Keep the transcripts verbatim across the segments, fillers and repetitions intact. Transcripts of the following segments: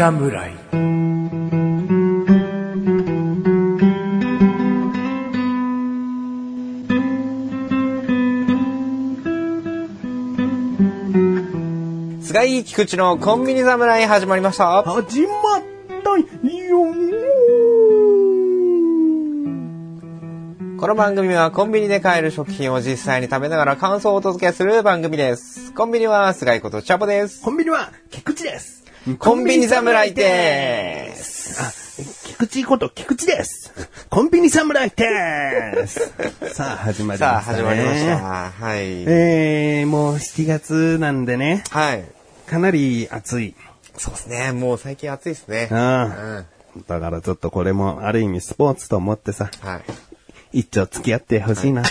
侍。 菅井菊池のコンビニ侍始まりました。 始まったよ。 この番組はコンビニで買える食品を実際に食べながら感想をお届けする番組です。コンビニは菅井ことチャボです。 コンビニは菊池です。 コンビニ侍です。 あ、菊池こと菊池です。コンビニ侍です。さあ始まりましたね。 さあ始まりました。はい。 えー、もうしちがつなんでね。 はい。 かなり暑い。 そうですね。もう最近暑いですね。 うん。だからちょっとこれもある意味スポーツと思ってさ。 はい。 一丁付き合ってほしいな、はい、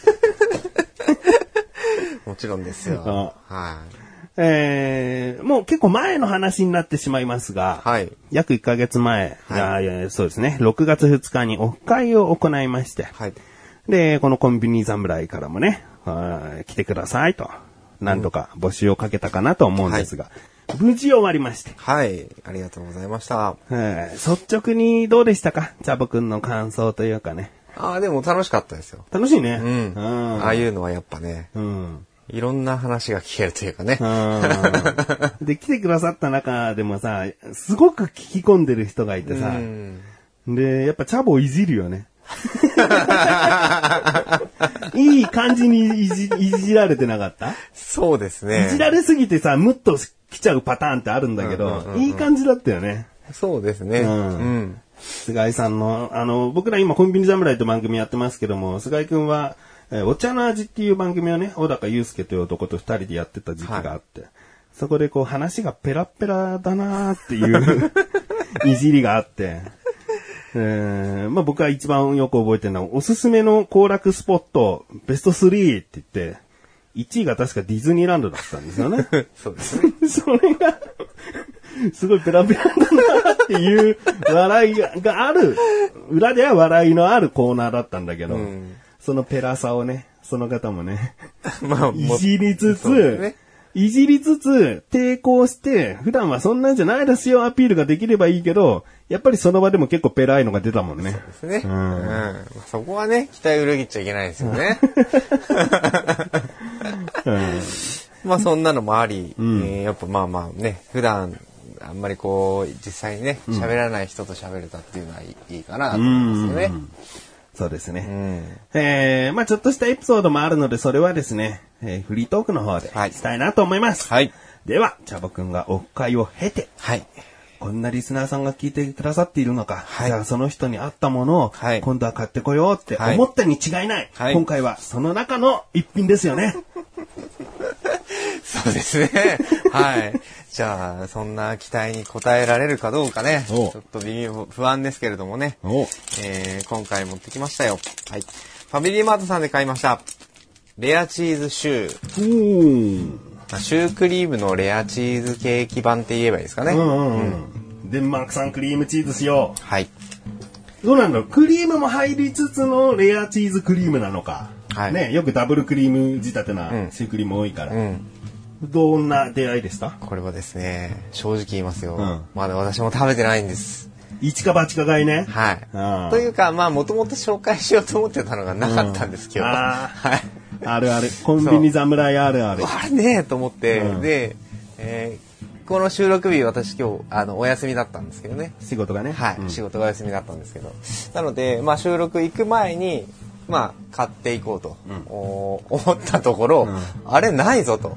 もちろんですよ。はい。 えー、もう結構前の話になってしまいますが、はい、約いっかげつまえ、はい、いやそうですね、ろくがつふつかにオフ会を行いまして、はい、で、このコンビニ侍からもね、来てくださいと、何度か募集をかけたかなと思うんですが、はい、無事終わりまして。 はい、ありがとうございました。 えー、率直にどうでしたか？チャボくんの感想というかね。 ああ、でも楽しかったですよ。 楽しいね。 うん。うん、ああいうのはやっぱね、うん、いろんな話が聞けるというかね。 うん、で、来てくださった中でもさ、すごく聞き込んでる人がいてさ、うん、で、やっぱチャボをいじるよね。いい感じにいじ、いじられてなかった？ そうですね。 いじられすぎてさ、ムッと来ちゃうパターンってあるんだけど、うんうんうんうん、いい感じだったよね。 そうですね。うん。うん菅井さんの、あの、僕ら今コンビニ侍という番組やってますけども、菅井くんは、えー、お茶の味っていう番組をね、小高祐介という男と二人でやってた時期があって、はい、そこでこう話がペラペラだなーっていういじりがあって、えー、まあ僕は一番よく覚えてるのは、おすすめの行楽スポット、ベストスリーって言って、いちいが確かディズニーランドだったんですよね。 そうですね。 それが、すごいペラペラだなっていう笑いがある、裏では笑いのあるコーナーだったんだけど、うん、そのペラさをね、その方もね、まあ、いじりつつ、ね、いじりつつ抵抗して、普段はそんなんじゃないですよアピールができればいいけど、やっぱりその場でも結構ペラいのが出たもんね。 そうですね。うんうん、そこはね、期待裏切っちゃいけないですよね。うん、まあそんなのもあり、うん、えー、やっぱまあまあね、普段あんまりこう実際にね喋らない人と喋れたっていうのはいい、いいかなと思いますよね。うん、 そうですね。うん、えー、まあちょっとしたエピソードもあるのでそれはですね、えー、フリートークの方でしたいなと思います。はい。ではチャボくんがオフ会を経て、はい。こんなリスナーさんが聞いてくださっているのか、はい、じゃあその人に合ったものを、はい、今度は買ってこようって思ったに違いない。はい、今回はその中の一品ですよね。 そうですね。はい。じゃあ、そんな期待に応えられるかどうかね。ちょっと微妙、不安ですけれどもね。えー、今回持ってきましたよ。はい。ファミリーマートさんで買いました。レアチーズシュー。シュークリームのレアチーズケーキ版って言えばいいですかね。うんうんうんうん、デンマーク産クリームチーズ使用。 はい。 どうなんだろう、クリームも入りつつのレアチーズクリームなのか。はい。ね、よくダブルクリーム仕立てなシュークリーム多いから。うん。どんな出会いでした？ これはですね、正直言いますよ。うん、まだ私も食べてないんです。 一か八か買いね。 はい。というか、まあ、もともと紹介しようと思ってたのがなかったんですけど。うん、あはい。あるある。コンビニ侍あるある。 あれねと思って、うん、で、えー、この収録日私今日あのお休みだったんですけどね。 仕事がね。 はい、うん。仕事がお休みだったんですけど。なので、まあ、収録行く前に、まあ、買っていこうと、うん、思ったところ、うん、あれないぞと。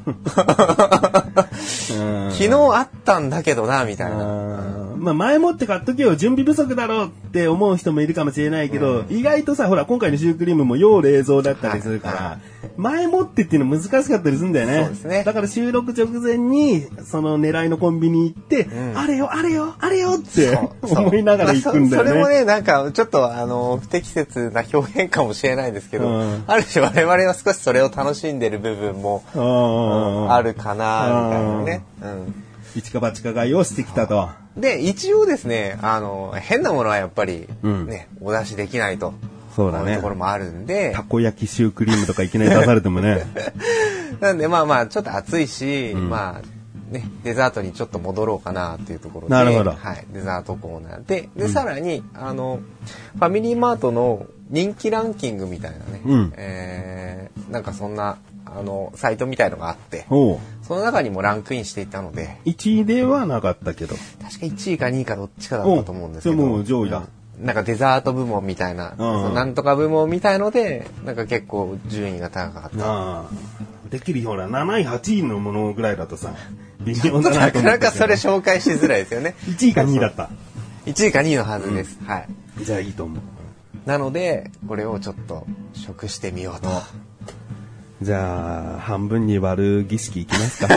昨日あったんだけどな、みたいな。 まあ、前もって買っとけよ、準備不足だろうって思う人もいるかもしれないけど、うん、意外とさ、ほら、今回のシュークリームも要冷蔵だったりするから、はいはい、前もってっていうの難しかったりするんだよね。そうですね。だから収録直前に、その狙いのコンビニ行って、うん、あれよ、あれよ、あれよって思いながら行くんだよね。 そ, それもね、なんか、ちょっと、あの、不適切な表現かもしれないですけど、うん、ある種我々は少しそれを楽しんでる部分も、うん、あるかな、みたいなね。うん、 一か八か買いをしてきたと。 で、一応ですね、あの、変なものはやっぱり、ね、うん、お出しできないと。そうだね。ところもあるんで。 たこ焼きシュークリームとかいきなり出されてもね。 なんで、まあまあ、ちょっと暑いし、うん、まあ、 ね、デザートにちょっと戻ろうかなっていうところで、 なるほど。 はい、デザートコーナーで、で、うん、さらに、あの、ファミリーマートの人気ランキングみたいなね、うん、えー、なんかそんな、あの、サイトみたいのがあって、その中にもランクインしていたので、 いちいではなかったけど。 確かいちいかにいかどっちかだったと思うんですけど、 もう上位だ。 なんかデザート部門みたいな、そのなんとか部門みたいので、なんか結構順位が高かった。 あできるほら、なない、はちいのものぐらいだとさ、 微妙だな。なかなかそれ紹介しづらいですよね。 いちいかにいだった。 いちいかにいのはずです。うん、はい。 じゃあいいと思う。 なので、これをちょっと食してみようと。 じゃあ、半分に割る儀式いきますか。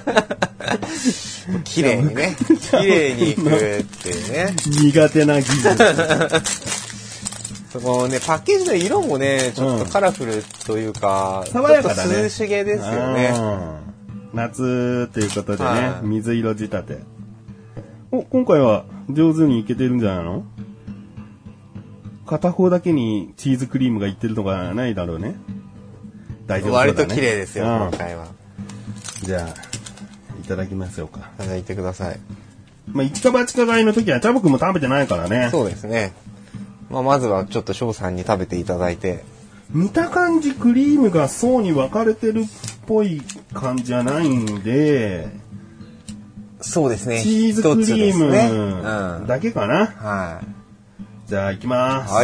綺麗にね。綺麗にいくっていうね。 苦手な技術。 そこね、パッケージの色もね、ちょっとカラフルというか、 うん、爽やかだね。 ちょっと涼しげですよね。 夏ということでね、水色仕立て。お、今回は上手にいけてるんじゃないの？片方だけにチーズクリームがいってるとかないだろうね。大丈夫そうだね。 割と綺麗ですよ、うん、今回は。 じゃあ、いただきましょうか。 いただいてください。 まあ、一か八か買いの時はチャボくんも食べてないからね。 そうですね。まあ、まずはちょっと翔さんに食べていただいて。 見た感じクリームが層に分かれてるっぽい感じじゃないんで、 そうですね。 チーズクリームだけかな。 ね、うん、はい。 じゃあ行きます。 はい。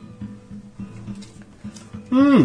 うん。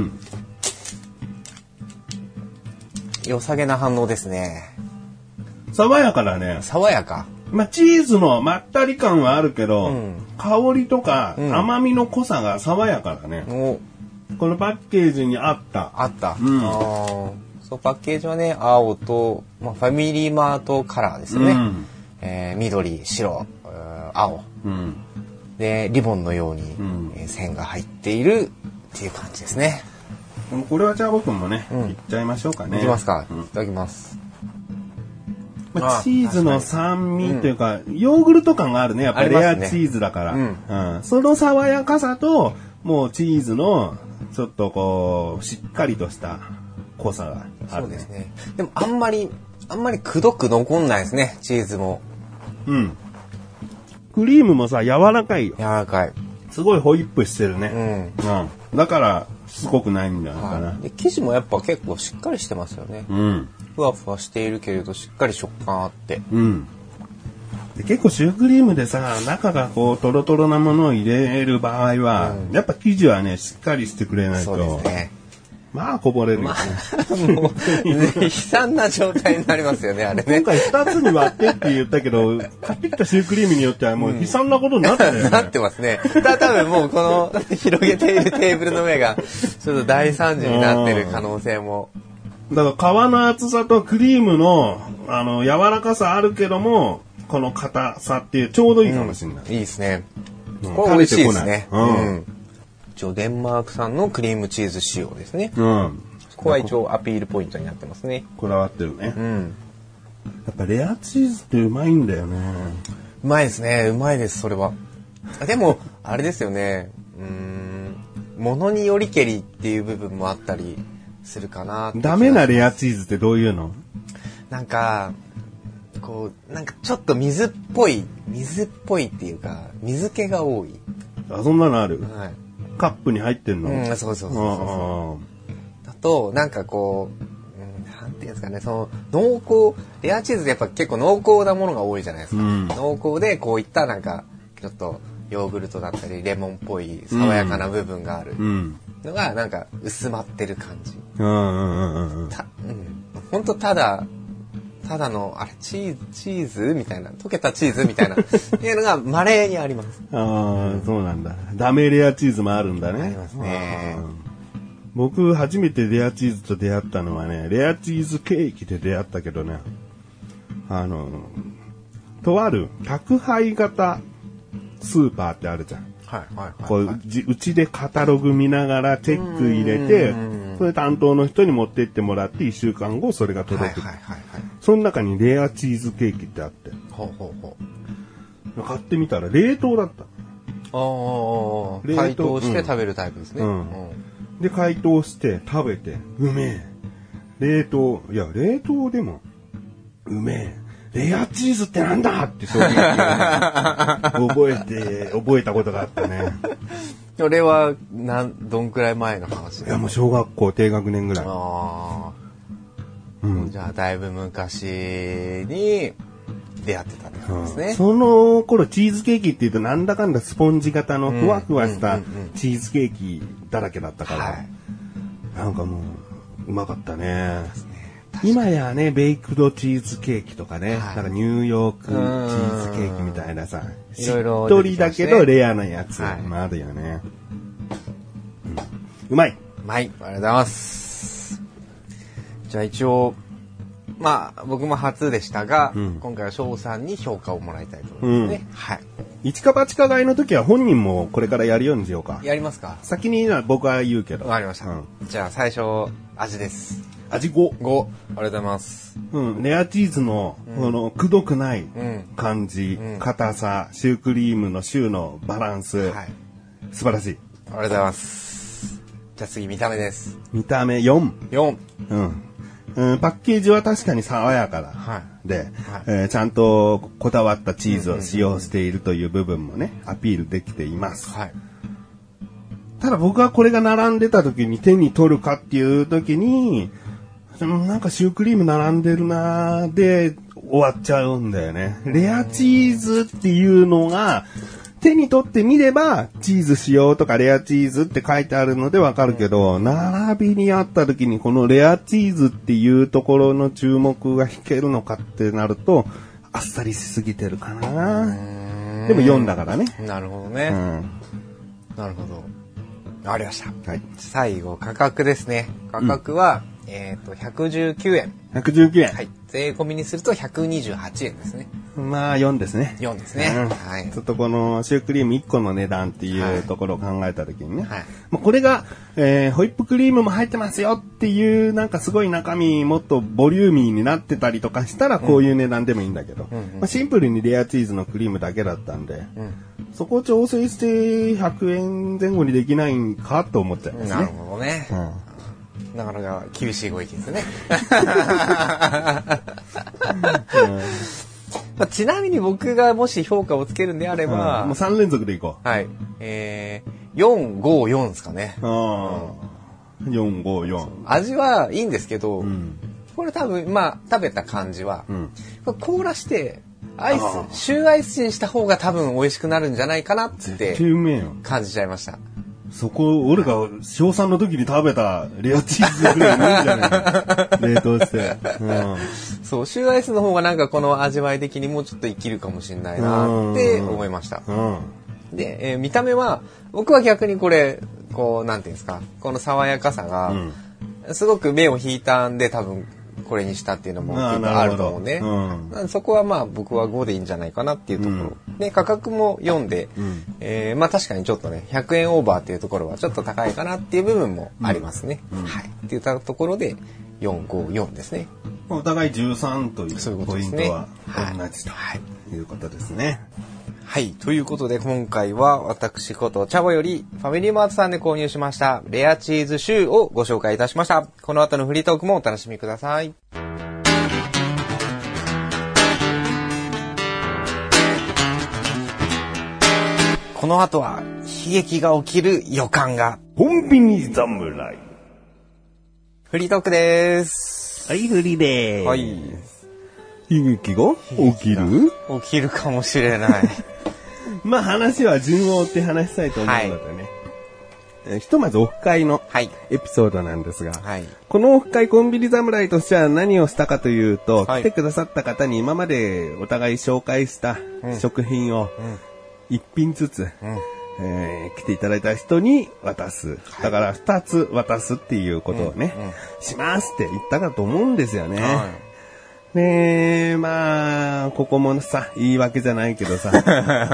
良さげな反応ですね。 爽やかだね。 爽やか。 まあ、チーズのまったり感はあるけど、うん、香りとか甘みの濃さが爽やかだね。うん、このパッケージにあった。 あった。うん、あそうパッケージはね、青と、まあ、ファミリーマートカラーですね。うんえー、緑、白、青、うん。で、リボンのように、うんえー、線が入っているっていう感じですね。 これはじゃあ僕もね、うん、いっちゃいましょうかね。 いきますか。うん、いただきます。 まあ、チーズの酸味というか、うん、ヨーグルト感があるね。やっぱりレアチーズだから、ねうんうん。その爽やかさと、もうチーズのちょっとこう、しっかりとした濃さがある、ね。そうですね。 でもあんまり、あんまりくどく残んないですね、チーズも。 うん。クリームもさ、柔らかいよ。 柔らかい。 すごいホイップしてるね。うん。うん、だから、しつこくないんじゃないかな、はい、 で生地もやっぱ結構しっかりしてますよね、うん、ふわふわしているけれどしっかり食感あって、 うん、で結構シュークリームでさ中がこうトロトロなものを入れる場合は、うん、やっぱ生地はねしっかりしてくれないとそうですねまあこぼれるよね、 まあ、もう、ね、悲惨な状態になりますよねあれね今回ふたつに割ってって言ったけど買ってきたシュークリームによってはもう悲惨なことになってるよね、 なってますねだ多分もうこの広げているテーブルの上がちょっと大惨事になってる可能性もだから皮の厚さとクリームのあの柔らかさあるけどもこの硬さっていうちょうどいいかもしれない、 うん、いいですね、うん、これ美味しいですねうん一応デンマーク産のクリームチーズ仕様ですね。うん。ここは一応アピールポイントになってますね。 こだわってるね。うん。やっぱレアチーズってうまいんだよね。 うまいですね。うまいです、それは。でも、あれですよね。うーん。ものによりけりっていう部分もあったりするかな。 ダメなレアチーズってどういうの？ なんか、こう、なんかちょっと水っぽい、水っぽいっていうか、水気が多い。 あ、そんなのある？ はい。 カップに入ってんの？ うん、そうそうそうそうそうだと、なんかこう、うん、なんていうんですかね、その、濃厚、レアチーズってやっぱ結構濃厚なものが多いじゃないですか。うん、濃厚で、こういったなんか、ちょっと、ヨーグルトだったり、レモンっぽい爽やかな部分があるのが、なんか薄まってる感じ。うん。た、うん。ほんとただ、ただの、あれ、チーズ、チーズみたいな、溶けたチーズみたいな、いうのが稀にあります。 ああ、そうなんだ。ダメレアチーズもあるんだね。 ありますね。 僕、初めてレアチーズと出会ったのはね、レアチーズケーキで出会ったけどね、あの、とある宅配型スーパーってあるじゃん。 はいはいはい、 こううちでカタログ見ながらチェック入れて、それ担当の人に持ってってもらっていっしゅうかんごそれが届く。はいはいはいはい、その中にレアチーズケーキってあって。ほうほうほう買ってみたら冷凍だった。ああ、解凍して食べるタイプですね。うんうん、で解凍して食べてうめえ。冷凍いや冷凍でもうめえ。レアチーズってなんだって衝撃を、ね、覚えて、覚えたことがあったね。 それは、なん、どんくらい前の話ですか？ いや、もう小学校低学年ぐらい。 ああ。 うん、 じゃあ、だいぶ昔に出会ってたんですね、 うん。その頃、チーズケーキっていうと、なんだかんだスポンジ型のふわふわしたチーズケーキだらけだったから、はい、なんかもう、うまかったね。今やね、ベイクドチーズケーキとかね、はい、なんかニューヨークチーズケーキみたいなさ、しっとりだけどレアなやつもあるよね。はい、うん、うまい。 うまい。ありがとうございます。じゃあ一応、まあ僕も初でしたが、うん、今回は翔さんに評価をもらいたいと思いますね。うん、はい。 一か八か買いの時は本人もこれからやるようにしようか。 やりますか？ 先に僕は言うけど。 わかりました。うん、じゃあ最初、味です。 味ご。 ご。ありがとうございます。 うん。レアチーズの、うん、この、くどくない感じ、うん、硬さ、シュークリームのシューのバランス。はい。素晴らしい。 ありがとうございます。じゃあ次、見た目です。 見た目よん。 よん。 うん。うん、パッケージは確かに爽やかだ。はい。で、はい、えー、ちゃんとこだわったチーズを使用しているという部分もね、アピールできています。はい。ただ僕はこれが並んでた時に手に取るかっていう時に、なんかシュークリーム並んでるなーで終わっちゃうんだよね。レアチーズっていうのが手に取ってみればチーズ使用とかレアチーズって書いてあるのでわかるけど、並びにあった時にこのレアチーズっていうところの注目が引けるのかってなるとあっさりしすぎてるかな。でもよんだからね。 なるほどね。うん、なるほど。わかりました。 はい。 最後価格ですね。価格は、うん、えっと、ひゃくじゅうきゅうえん。 ひゃくじゅうきゅうえん。 はい。税込みにするとひゃくにじゅうはちえんですね。 まあ、よんですね。 よんですね。 うん、 はい。 ちょっとこのシュークリームいっこの値段っていうところを考えたときにね。はい。まあ、これが、えー、ホイップクリームも入ってますよっていう、なんかすごい中身もっとボリューミーになってたりとかしたらこういう値段でもいいんだけど、うんうんうん、まあ、シンプルにレアチーズのクリームだけだったんで、うん、そこを調整してひゃくえんぜん後にできないんかと思っちゃいますね。 なるほどね。うんなかなか厳しいご意見ですね。まあ、ちなみに僕がもし評価をつけるんであれば、 うん、もうさん連続でいこう。はい。えー、よん、ご、よんですかね。 あうん、よん、ご、よん。 味はいいんですけど、うん、これ多分、まあ、食べた感じは、うん、凍らして、アイス、シューアイスにした方が多分美味しくなるんじゃないかなって感じちゃいました。 そこ、俺が小さんの時に食べたレアチーズぐらいのいいんじゃない冷凍して、うん。 そう、シューアイスの方がなんかこの味わい的にもうちょっと生きるかもしれないなって思いました。うん、で、えー、見た目は、僕は逆にこれ、こう、なんていうんですか、この爽やかさが、すごく目を引いたんで多分、これにしたっていうのもあると思うね。うん、そこはまあ僕はごでいいんじゃないかなっていうところ。うん、で、価格もよんで、うん、えー、まあ確かにちょっとね、ひゃくえんオーバーっていうところはちょっと高いかなっていう部分もありますね。うん、はい。っていったところで、よん、ご、よんですね。 お互いじゅうさんというポイントは同じということですね。 はい。ということで、今回は私ことチャボよりファミリーマートさんで購入しましたレアチーズシューをご紹介いたしました。この後のフリートークもお楽しみください。この後は悲劇が起きる予感が。 コンビニ侍。 フリートークです。 はい、フリーでーす。 はい。 悲劇が起きる起きるかもしれない。 まあ話は順を追って話したいと思うのでね。はい、ひとまずオフ会のエピソードなんですが、はい、このオフ会コンビニ侍としては何をしたかというと、はい、来てくださった方に今までお互い紹介した食品を一品ずつ、うんえー、来ていただいた人に渡す。だから二つ渡すっていうことをね、うんうん、しますって言ったかと思うんですよね。はいねえ、まあ、ここもさ、言い訳じゃないけどさ。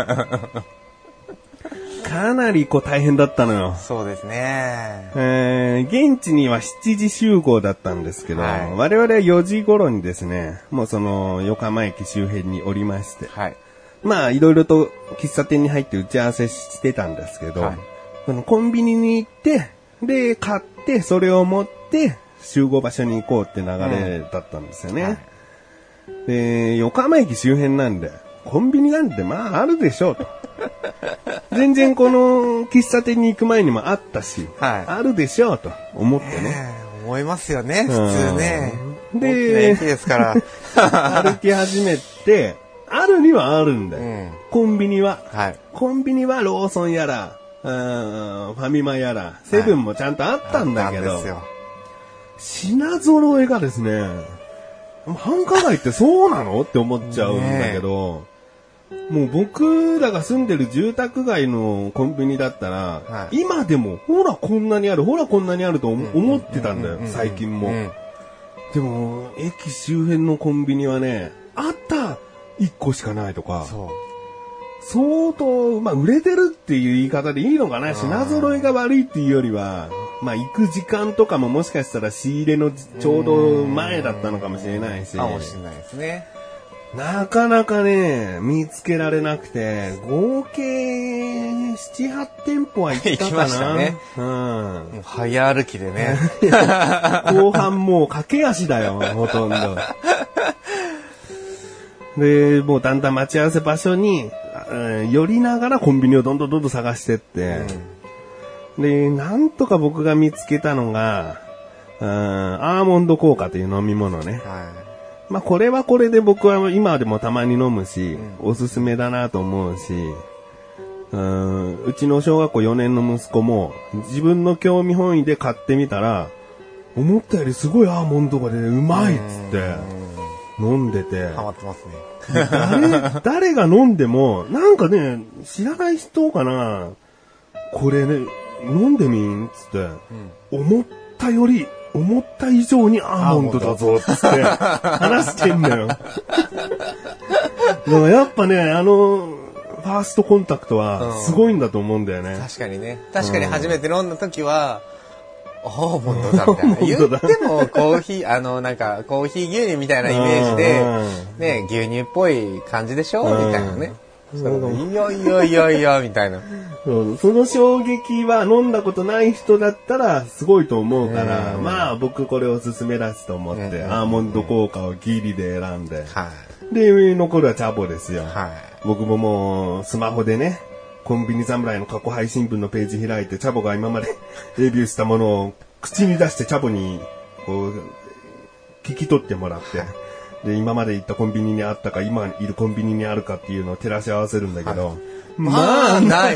かなりこう大変だったのよ。 そうですね。 えー、現地にはしちじ集合だったんですけど、はい、我々はよじ頃にですね、もうその横浜駅周辺におりまして、はい、まあいろいろと喫茶店に入って打ち合わせしてたんですけど、はい、そのコンビニに行って、で、買って、それを持って集合場所に行こうって流れだったんですよね。うんはいで、横浜駅周辺なんで、コンビニなんてまああるでしょうと。全然この喫茶店に行く前にもあったし、はい、あるでしょうと思ってね。 えー、思いますよね、普通ね。 で、 大きな駅ですから。 歩き始めて、あるにはあるんだよ。うん、コンビニは、はい。コンビニはローソンやら、ファミマやら、セブンもちゃんとあったんだけど、はい、品揃えがですね、繁華街ってそうなのって思っちゃうんだけど、もう僕らが住んでる住宅街のコンビニだったら、はい、今でもほらこんなにある、ほらこんなにあると思ってたんだよ、最近も。でも、駅周辺のコンビニはね、あったいっこしかないとか、そう相当、まあ、売れてるっていう言い方でいいのかな。品揃えが悪いっていうよりは、まあ、行く時間とかももしかしたら仕入れのちょうど前だったのかもしれないし。 かもしれないですね。 なかなかね、見つけられなくて、合計なな、はち店舗は行ったかな。行きましたね。うん。もう早歩きでね。 後半もう駆け足だよ、ほとんど。で、もうだんだん待ち合わせ場所に、寄りながらコンビニをどんどんどんどん探してって、うん、で、なんとか僕が見つけたのが、アーモンド効果という飲み物ね。はい、まあこれはこれで僕は今でもたまに飲むし、うん、おすすめだなと思うし、うん、うちの小学校よねんの息子も自分の興味本位で買ってみたら、思ったよりすごいアーモンドがでうまいっつって飲んでて。 ハマってますね。 誰、誰が飲んでも、なんかね、知らない人かな、これね、飲んでみんつって、うん、思ったより、思った以上にアーモンドだぞつって話してんだよ。だからやっぱね、あの、ファーストコンタクトはすごいんだと思うんだよね。 うん、確かにね。確かに初めて飲んだ時は、アーモンドだみたいな。言ってもコーヒー、あの、なんか、コーヒー牛乳みたいなイメージで、ね、牛乳っぽい感じでしょみたいなね。それが、いやいやいやいや、みたいな。 その衝撃は飲んだことない人だったらすごいと思うから、まあ僕これおすすめだしと思って、アーモンド効果をギリで選んで。はい、で、残るはチャボですよ。はい、僕ももう、スマホでね、コンビニ侍の過去配信分のページ開いて、チャボが今までレビューしたものを口に出してチャボにこう聞き取ってもらって、で今まで行ったコンビニにあったか今いるコンビニにあるかっていうのを照らし合わせるんだけど、はい、 まあない。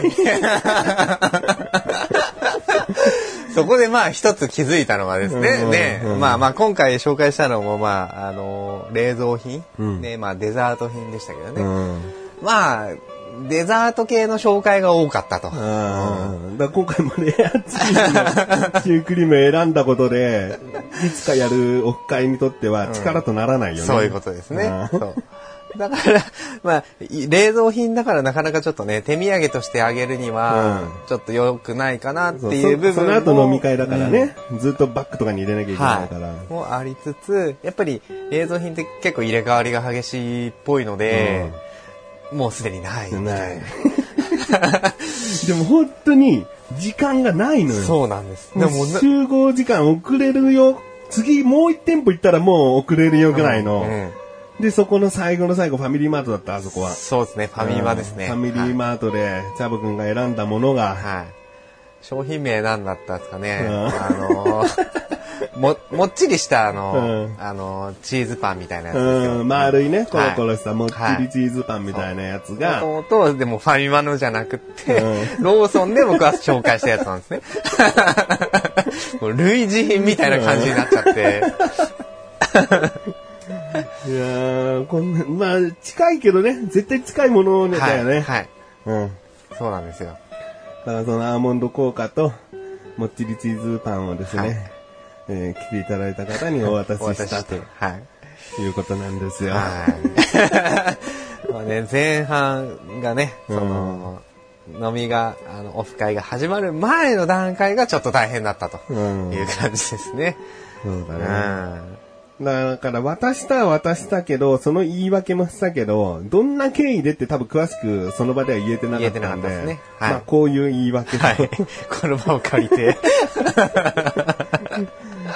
そこでまあ一つ気づいたのがですね、うんうんうん、ね、まあまあ今回紹介したのもまああの冷蔵品、うん、ね、まあデザート品でしたけどね、うん、まあデザート系の紹介が多かったと。 あ、うん、だ今回もレアチーズのシュークリームを選んだことで、いつかやるオフ会にとっては力とならないよね。うん、 そういうことですね。そうだから、まあ、冷蔵品だからなかなかちょっとね、手土産としてあげるには、ちょっと良くないかなっていう部分も、 そ, そ, その後飲み会だからね、うん、ずっとバッグとかに入れなきゃいけないから。はい、 もありつつ、やっぱり冷蔵品って結構入れ替わりが激しいっぽいので、うん、もうすでにないみたいな。 でも本当に時間がないのよ。 そうなんです。 でも集合時間遅れるよ。次もう一店舗行ったらもう遅れるよぐらいの。うんうん、で、そこの最後の最後ファミリーマートだった、あそこは。 そうですね、ファミマですね。 ファミリーマートで、はい、チャボくんが選んだものが。はい。 商品名何だったんですかね。うん、あのー、も、もっちりしたあの、うん、あの、チーズパンみたいなやつですよ。 うん、丸いね、コロコロしたもっちりチーズパンみたいなやつが。 もともと、でもファミマのじゃなくて、うん、ローソンで僕は紹介したやつなんですね。もう類似品みたいな感じになっちゃって。 いやー、こんな、まあ、近いけどね、絶対近いものだよね。はい。はい、 うん。そうなんですよ。 だからそのアーモンド効果と、もっちりチーズパンをですね、はい、えー、来ていただいた方にお渡ししたと、はい、いうことなんですよ。はい。 まあね、前半がね、その、うん、飲みが、あの、オフ会が始まる前の段階がちょっと大変だったという感じですね。 うん、そうだね。うん、だから渡したは渡したけど、その言い訳もしたけど、どんな経緯でって多分詳しくその場では言えてなかったんで、ですね、はい、まあこういう言い訳と、はい、 この場を借りて。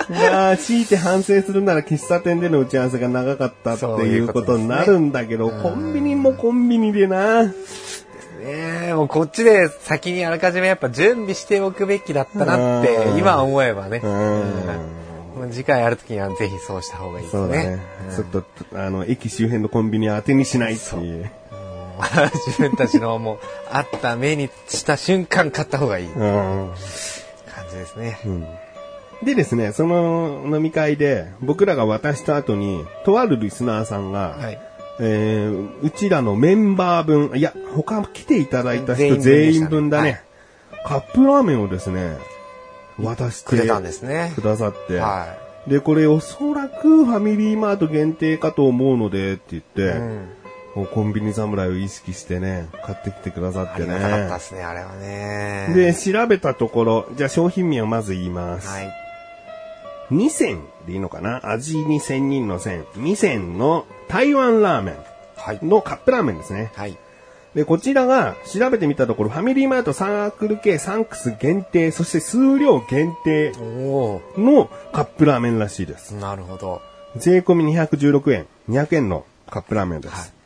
まあ、強いて反省するなら喫茶店での打ち合わせが長かったっていうことになるんだけど、コンビニもコンビニでな。 ねえ、もうこっちで先にあらかじめやっぱ準備しておくべきだったなって今思えばね。うん、次回やるときにはぜひそうした方がいいですね。そうだね。 うん、ちょっと、あの、駅周辺のコンビニは当てにしないっていう。 自分たちのもう、あった目にした瞬間買った方がいい感じですね。うん、 でですね、その飲み会で僕らが渡した後に、とあるリスナーさんが、はい、えー、うちらのメンバー分、いや、他来ていただいた人全員分だね、はい、カップラーメンをですね、渡してくれたんですね。くださって、はい、で、これおそらくファミリーマート限定かと思うのでって言って、うん、コンビニ侍を意識してね、買ってきてくださってね。ありがたかったですね、あれはね。 で、調べたところ、じゃあ商品名をまず言います。はい。味仙でいいのかな、味に仙人の仙。味仙の台湾ラーメンのカップラーメンですね。はい。で、こちらが調べてみたところ、ファミリーマートサークル系サンクス限定、そして数量限定のカップラーメンらしいです。 なるほど。 税込みにひゃくじゅうろくえん、にひゃくえんのカップラーメンです。はい、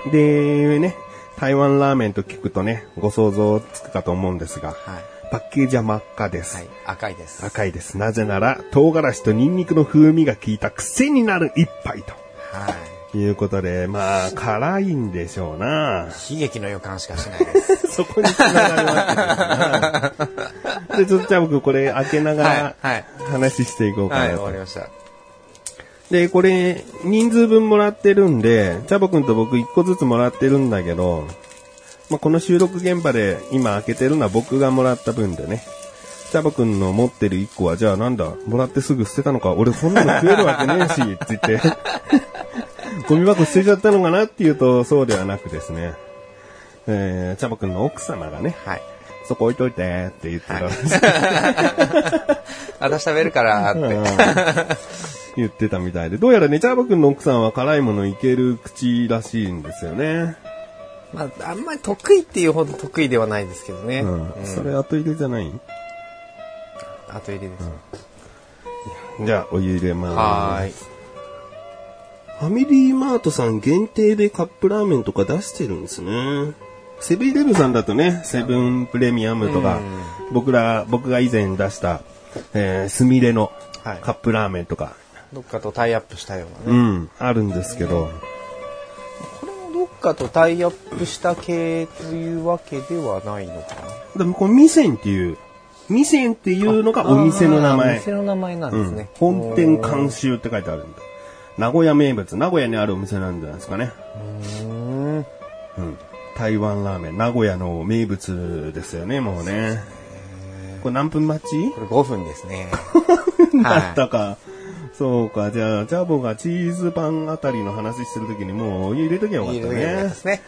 で、ね、台湾ラーメンと聞くとね、ご想像つくかと思うんですが、はい、パッケージは真っ赤です。はい、 赤いです。 赤いです。なぜなら、唐辛子とニンニクの風味が効いた癖になる一杯と。はい。いうことで、まあ、辛いんでしょうな。 悲劇の予感しかしないです。 そこに繋がるわけですな。で、ちょっとじゃあ僕これ開けながら話していこうかなと。はい、はい、 終わりました。 で、これ、人数分もらってるんで、チャボくんと僕一個ずつもらってるんだけど、まあ、この収録現場で今開けてるのは僕がもらった分でね。チャボくんの持ってる一個は、じゃあなんだ、もらってすぐ捨てたのか、俺こんなの食えるわけねえし、って言って。ゴミ箱捨てちゃったのかなっていうと、そうではなくですね。えー、チャボくんの奥様がね、はい、そこ置いといてって言ってたんです。 はい、私食べるからって言ってたみたいで、どうやらね、チャボくんの奥さんは辛いものいける口らしいんですよね。 まあ、あんまり得意っていうほど得意ではないですけどね。うんうん、それ後入れじゃない？ 後入れです、 うん。じゃあ、お湯入れます。 はーい。 ファミリーマートさん限定でカップラーメンとか出してるんですね。セブンイレブンさんだとね、セブンプレミアムとか、僕ら、僕が以前出した、えー、スミレのカップラーメンとか、はい、 どっかとタイアップしたようなね。うん、あるんですけど。 これもどっかとタイアップした系というわけではないのかな。 でもこのミセンっていう、ミセンっていうのがお店の名前。 お店の名前なんですね。 うん、本店監修って書いてあるんだ。名古屋名物、名古屋にあるお店なんじゃないですかね。うーん、うん。台湾ラーメン、名古屋の名物ですよね、もうね。これ何分待ち？ これごふんですね。 だったか。はい、そうか、じゃあ、ジャボがチーズパンあたりの話してるときにもうお湯入れときゃよかったね。入れときゃよかったですね。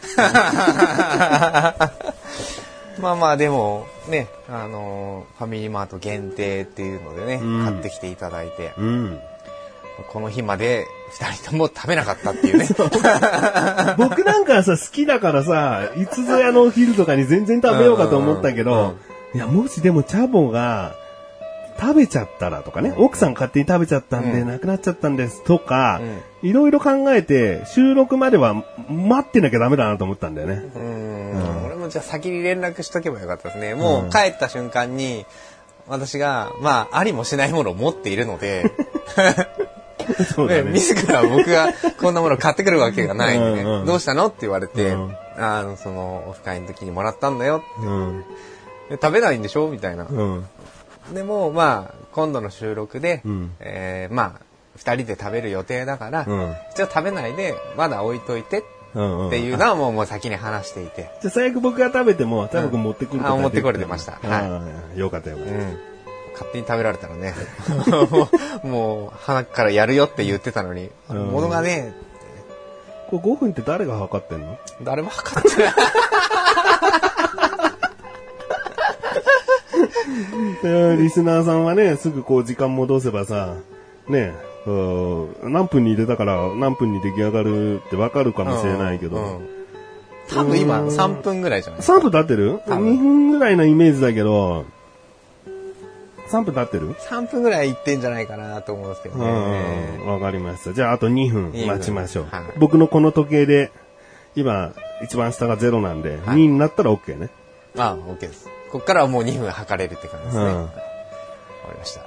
まあまあでもね、あのー、ファミリーマート限定っていうのでね、うん、買ってきていただいて。うんこの日まで二人とも食べなかったっていうね。 僕なんかさ、好きだからさ、いつぞやのお昼とかに全然食べようかと思ったけど、いや、もしでもチャボが食べちゃったらとかね、奥さん勝手に食べちゃったんで、うん、なくなっちゃったんですとか、いろいろ考えて、収録までは待ってなきゃダメだなと思ったんだよね。 うんうん、俺もじゃあ先に連絡しとけばよかったですね。もう帰った瞬間に、私が、まあ、ありもしないものを持っているので、そうだね、自ら僕がこんなもの買ってくるわけがないんでね、うんうん、どうしたのって言われて、うん、あの、その、オフ会の時にもらったんだよって、うん、で食べないんでしょみたいな、うん。でも、まあ、今度の収録で、うん、えー、まあ、二人で食べる予定だから、うん、一応食べないで、まだ置いといて、っていうのはもう、もう先に話していて。 じゃあ最悪僕が食べても、多分持ってくるとか、 うん、あ、持ってこれてました。はい。よかったよかった。うん勝手に食べられたらねもう鼻からやるよって言ってたのに、うん、物がねこれごふんって誰が測ってんの？ 誰も測ってないリスナーさんはねすぐこう時間戻せばさね何分に入れたから何分に出来上がるってわかるかもしれないけど、うんうん、 多分今さんぷんぐらいじゃないですか。 さんぷん経ってる？にふんぐらいのイメージだけどさんぷん経ってる ? さん 分ぐらい行ってんじゃないかなと思うんですけどね。 うん。わかりました。じゃああとにふん待ちましょう。 はい、 僕のこの時計で、今、一番下がゼロなんで、はい、にになったら OK ね。 ああ、OK です。こっからはもうにふん測れるって感じですね。うん、わかりました。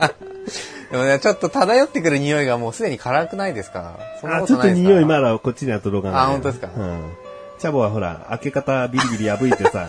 でもね、ちょっと漂ってくる匂いがもうすでに辛くないですか？そんなことないですか？あ、ちょっと匂いまだこっちには届かない。 あ、本当ですか？ うん。チャボはほら、開け方ビリビリ破いてさ。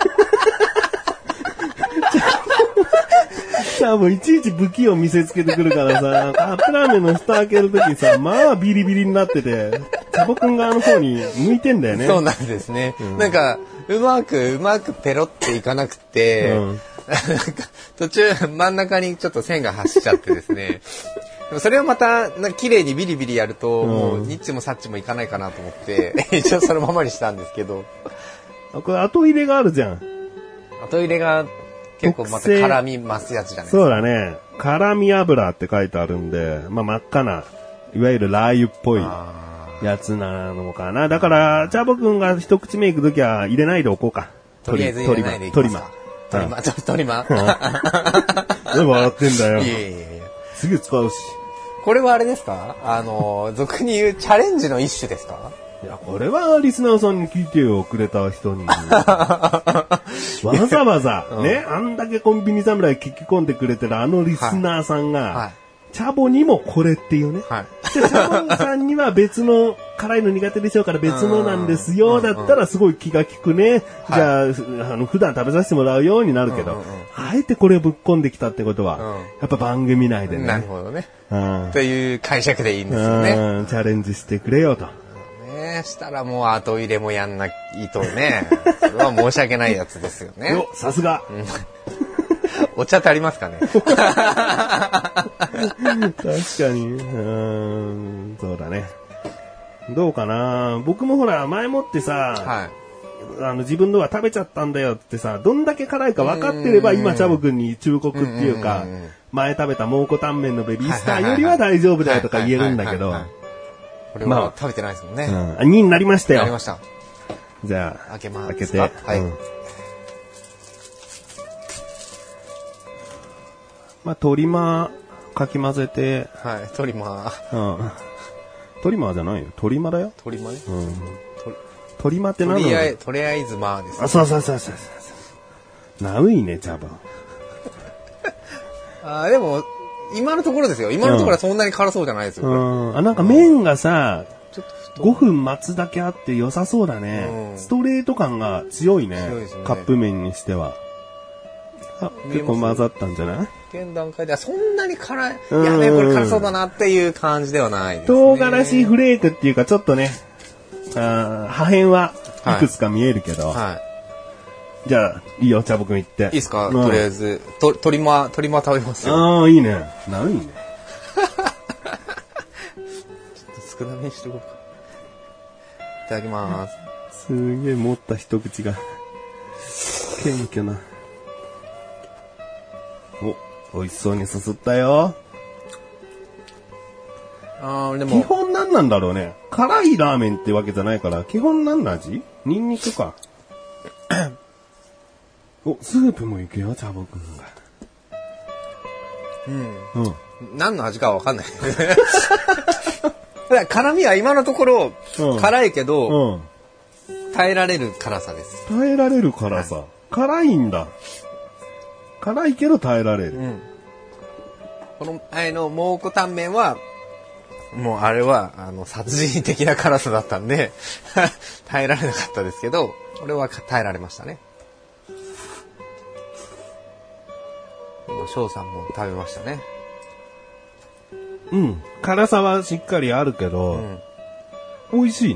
チャボいちいち武器を見せつけてくるからさ、カップラーメンの蓋開けるときさ、まあビリビリになってて、チャボくん側の方に向いてんだよね。 そうなんですね。うん、なんか、うまく、うまくペロっていかなくて、うん、なんか途中真ん中にちょっと線が走っちゃってですね。でもそれをまた綺麗にビリビリやると、うん、もうニッチもサッチもいかないかなと思って一応そのままにしたんですけど。 これ後入れがあるじゃん。 後入れが結構また辛み増すやつじゃないですか。 そうだね。辛み油って書いてあるんで、まあ真っ赤な、いわゆるラー油っぽいやつなのかな。だからチャボくんが一口目いくときは入れないでおこうか。 とりあえず入れないでいきますか。トリマ、トリマ。 でも笑ってんだよ。 いやいやいや。 すぐ使うし。 これはあれですか？あの、俗に言うチャレンジの一種ですか？ いや、これはリスナーさんに聞いてよ、くれた人に。わざわざ、うん、ね、あんだけコンビニ侍聞き込んでくれてるあのリスナーさんが、はいはい、チャボにもこれっていうね。はい、チャボさんには別の辛いの苦手でしょうから別のなんですよ。だったらすごい気が利くね。じゃあ、あの、普段食べさせてもらうようになるけど、うんうんうん、あえてこれをぶっ込んできたってことは、うん、やっぱ番組内でね。 なるほどね。 うん、 という解釈でいいんですよね。 うん、チャレンジしてくれよと。 ね、したらもう後入れもやんないとね、それは申し訳ないやつですよね。 お、さすが。 お茶足りますかね。 確かに。うーん、そうだね。どうかな。僕もほら前もってさ、はい、あの自分のは食べちゃったんだよってさ、どんだけ辛いか分かってれば今チャボくんに忠告っていうか、前食べた蒙古タンメンのベビースターよりは大丈夫だよとか言えるんだけど。 これは食べてないですもんね。 うん、にになりましたよ。 なりました。 じゃあ、 開けます。 開けて。 はい。うん、 まあ、トリマーかき混ぜて。 はい、トリマー。 うん。トリマーじゃないよ。トリマだよ。 トリマね。 うん。トリマって何だろう。 とりあえず、とりあえずまあです、ね。 あ、そうそうそうそうそう。ナウイね、チャボ。 あ、でも、今のところですよ。今のところはそんなに辛そうじゃないですよ。 うん。あ、なんか麺がさ、ちょっとごふん待つだけあって良さそうだね。うん、ストレート感が強いね。強いですね。カップ麺にしては。あ、結構混ざったんじゃない？ 現段階ではそんなに辛い。いやね、これ辛そうだなっていう感じではないですね。 唐辛子フレークっていうかちょっとね、あ、破片はいくつか見えるけど。はい。はい、じゃあ、いいよ、茶ボくん行って。いいですか、うん、とりあえず。と、鶏ま、鶏ま食べますよ。 ああ、いいね。何いいね。 ちょっと少なめにしとこうか。いただきます。 すげえ持った一口が。謙虚な。お、美味しそうにすすったよ。 あー、でも。 基本何なんだろうね。辛いラーメンってわけじゃないから、基本何の味？ニンニクか。お、スープもいくよ、チャボくんが。 うん。うん。何の味かはわかんない。辛みは今のところ、うん、辛いけど、うん、耐えられる辛さです。 耐えられる辛さ。はい、辛いんだ。辛いけど耐えられる。うん、 この、あの、蒙古タンメンは、もうあれは、あの、殺人的な辛さだったんで、耐えられなかったですけど、俺は耐えられましたね。翔さんも食べましたね。 うん。辛さはしっかりあるけど、うん、美味しいね。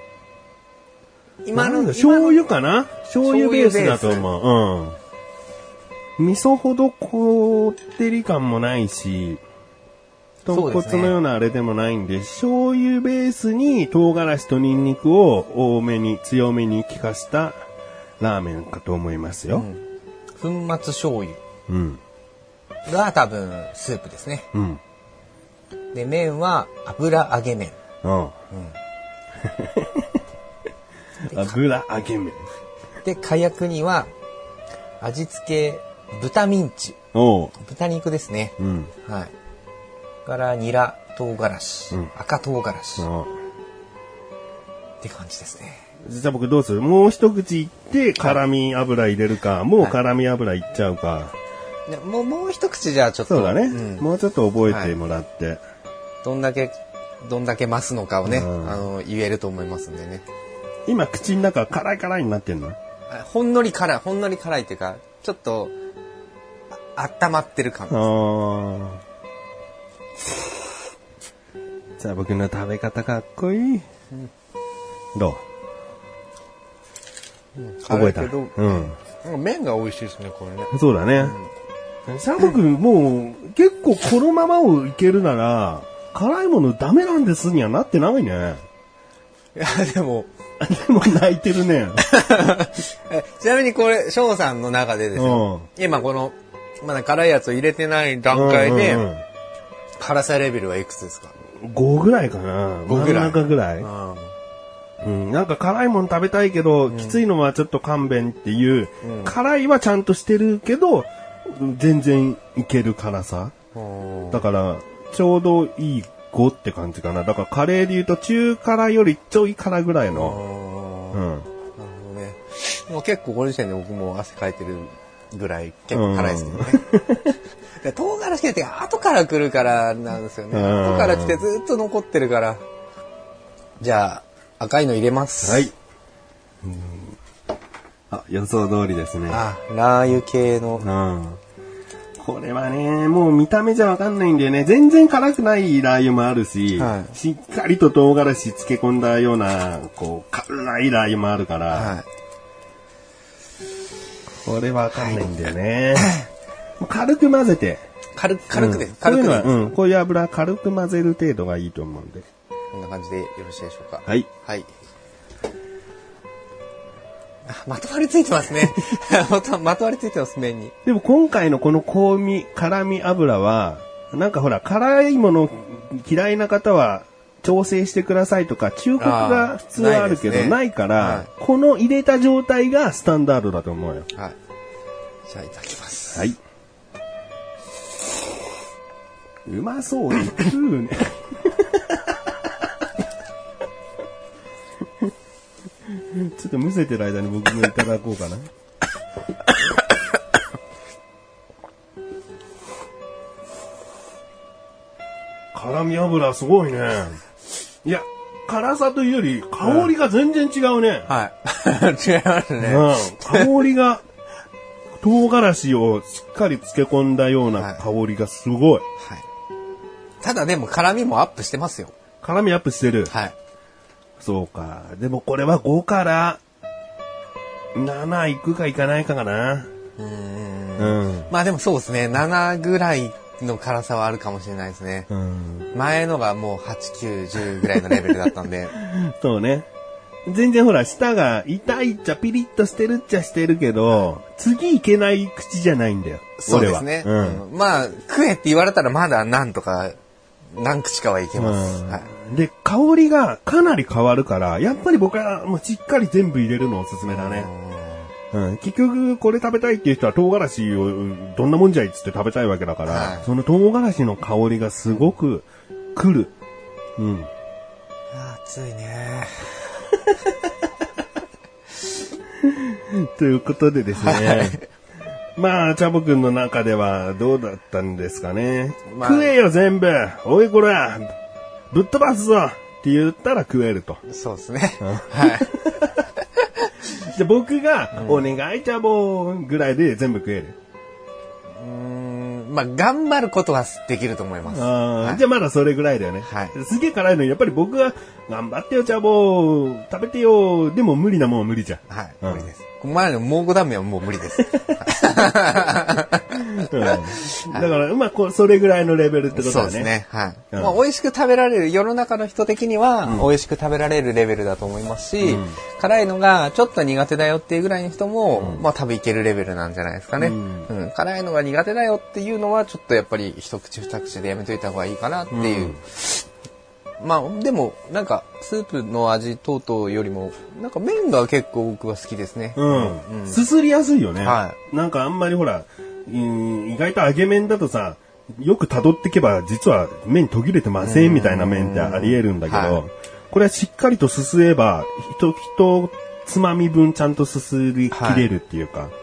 今の醤油かな？醤油ベースだと思う。うん。味噌ほどこってり感もないし、豚骨のようなあれでもないんで、醤油ベースに唐辛子とニンニクを多めに、強めに効かしたラーメンかと思いますよ。 うん、粉末醤油。 うん。 が多分スープですね。 うん。 で、麺は油揚げ麺。 うん。うん、油揚げ麺。 で、火薬には味付け豚ミンチ。 おう。 豚肉ですね。 うん。 はい。からニラ、唐辛子、うん、赤唐辛子。って感じですね。 じゃあ僕どうする？もう一口いって辛味油入れるか、はい、もう辛味油いっちゃうか。はい、 もうもう一口じゃあちょっと。 そうだね、うん。もうちょっと覚えてもらって。はい、 どんだけ、どんだけ増すのかをね、うん、あの、言えると思いますんでね。 今口の中辛い辛いになってんの？ ほんのり辛い、ほんのり辛いっていうか、ちょっと、あ温まってる感じです。あじゃあ僕の食べ方かっこいい。うん、どう？うん、覚えた。 うん。麺が美味しいですね、これね。 そうだね。うん、さあ僕、もう、結構このままをいけるなら、辛いものダメなんですにはなってないね。 いや、でも。 でも泣いてるね。 ちなみにこれ、翔さんの中でですよ。うん、今この、まだ辛いやつを入れてない段階で、うんうんうん、辛さレベルはいくつですか？ ごぐらいかな。ごぐらい。真ん中ぐらい。うんうん、なんか辛いもの食べたいけど、うん、きついのはちょっと勘弁っていう、うん、辛いはちゃんとしてるけど、全然いける辛さ。だから、ちょうどいいごって感じかな。だからカレーで言うと中辛よりちょい辛ぐらいの。うん。なるほどね。もう結構この時点で僕も汗かいてるぐらい結構辛いですけどね。で唐辛子って後から来るからなんですよね。後から来てずっと残ってるから。じゃあ、赤いの入れます。 はい。うん、あ、予想通りですね。 あ、ラー油系の。 うん。これはね、もう見た目じゃわかんないんだよね。全然辛くないラー油もあるし、はい、しっかりと唐辛子漬け込んだような、こう、辛いラー油もあるから、はい、これわかんないんだよね。はい、軽く混ぜて。 軽く、軽くで、うん、 軽くで。うん、こういう油軽く混ぜる程度がいいと思うんで。 こんな感じでよろしいでしょうか。 はい。 はい。まとわりついてますね。まとわりついてます、麺に。 でも今回のこの香味、辛味油は、なんかほら、辛いもの嫌いな方は調整してくださいとか、忠告が普通はあるけど、ない、ね、ないから、はい、この入れた状態がスタンダードだと思うよ。はい。 じゃあいただきます。 はい。うまそうに食うね。ちょっとむせてる間に僕もいただこうかな。辛味油すごいね。いや、辛さというより香りが全然違うね。 うん、はい。違いますね。 うん。香りが、唐辛子をしっかり漬け込んだような香りがすごい。はい。はい、 ただでも辛味もアップしてますよ。 辛味アップしてる。 はい。 そうか。でもこれはごからなないくかいかないかかな。 うーん。うん。まあでもそうですね。ななぐらいの辛さはあるかもしれないですね。うん。前のがもうはち、きゅう、じゅうぐらいのレベルだったんで。 そうね。全然ほら、舌が痛いっちゃピリッとしてるっちゃしてるけど、次いけない口じゃないんだよ。 そうですね。うん。うん、まあ、食えって言われたらまだなんとか、何口かはいけます。うん、はい。 で、香りがかなり変わるから、やっぱり僕はもうしっかり全部入れるのおすすめだね。うん、結局これ食べたいっていう人は唐辛子をどんなもんじゃいっつって食べたいわけだから、はい、その唐辛子の香りがすごく来る。うん。 暑いね。 ということでですね。はい、まあ、チャボくんの中ではどうだったんですかね。まあ、食えよ全部おいこらぶっ飛ばすぞって言ったら食えると。 そうですね。はい。 じゃ僕が、うん、お願いチャボぐらいで全部食える。 うーん、まあ、頑張ることはできると思います。 あ、はい、じゃあまだそれぐらいだよね。はい。すげえ辛いのに、やっぱり僕が、頑張ってよチャボ食べてよでも無理なもんは無理じゃん。 はい。うん、無理です。前の蒙古タンメンはもう無理です。 うん、だから、まあこ、それぐらいのレベルってことだね。 そうですね。はい。うん、まあ、美味しく食べられる、世の中の人的には、美味しく食べられるレベルだと思いますし、うん、辛いのがちょっと苦手だよっていうぐらいの人も、うん、まあ多分いけるレベルなんじゃないですかね。うんうん、辛いのが苦手だよっていうのは、ちょっとやっぱり一口二口でやめといた方がいいかなっていう。うん、まあ、でも、なんか、スープの味等々よりも、なんか麺が結構僕は好きですね。 うん。うん、すすりやすいよね。はい。なんかあんまりほら、 うん、意外と揚げ麺だとさ、よく辿ってけば実は麺途切れてませんみたいな麺ってあり得るんだけど、はい、これはしっかりとすすえば、一、一つまみ分ちゃんとすすり切れるっていうか、はい、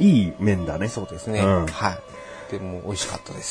いい麺だね。 そうですね。うん、はい。でも美味しかったです。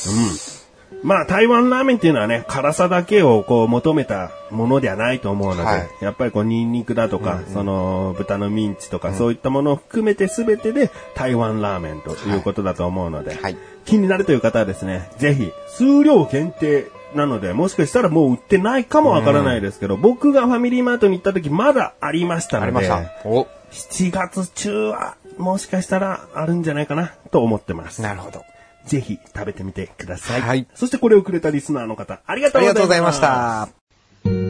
うんまあ台湾ラーメンっていうのはね、辛さだけをこう求めたものではないと思うので、はい、やっぱりこうニンニクだとか、うんうん、その豚のミンチとか、うん、そういったものを含めて全てで台湾ラーメンということだと思うので、はい、気になるという方はですね、ぜひ数量限定なので、もしかしたらもう売ってないかもわからないですけど、うん、僕がファミリーマートに行った時まだありましたので、ありました。おしちがつ中はもしかしたらあるんじゃないかなと思ってます。 なるほど。 ぜひ食べてみてください。 はい。 そしてこれをくれたリスナーの方、ありがとうございました。ありがとうござい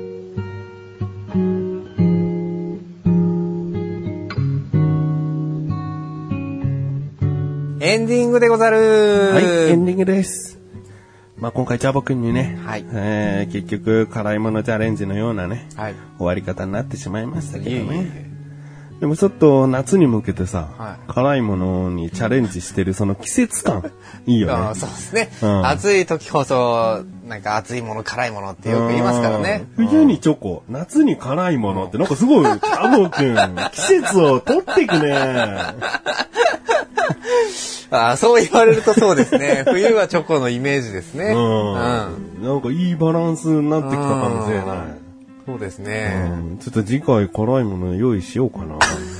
ました。エンディングでござる。 はい、エンディングです。まあ今回チャボくんにね、はい、えー、結局辛いものチャレンジのようなね、はい、終わり方になってしまいましたけどね。いえいえでもちょっと夏に向けてさ、はい、辛いものにチャレンジしてるその季節感いいよね。 あそうですね、うん。暑い時こそなんか暑いもの辛いものってよく言いますからね。 冬にチョコ、夏に辛いものってなんかすごいチャボくん季節を取っていくね。 あそう言われるとそうですね。冬はチョコのイメージですね。うん。 うん、なんかいいバランスになってきたかもしれない。 そうですね、 うん。ちょっと次回辛いもの用意しようかな。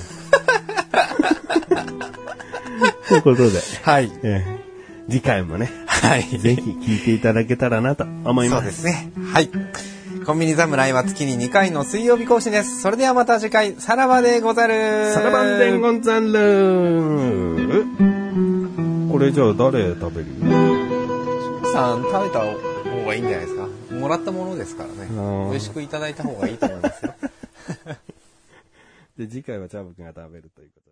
ということで、 はい、 えー、次回もね、 はい、 ぜひ聞いていただけたらなと思います。 そうですね。はい。コンビニ侍は月ににかいの水曜日更新です。それではまた次回、さらばでござる。 さらばでござる。これじゃあ誰食べる？ さん食べた方がいいんじゃないですか。もらったものですからね。美味しくいただいた方がいいと思いますよ。 で次回はチャーブくんが食べるということ。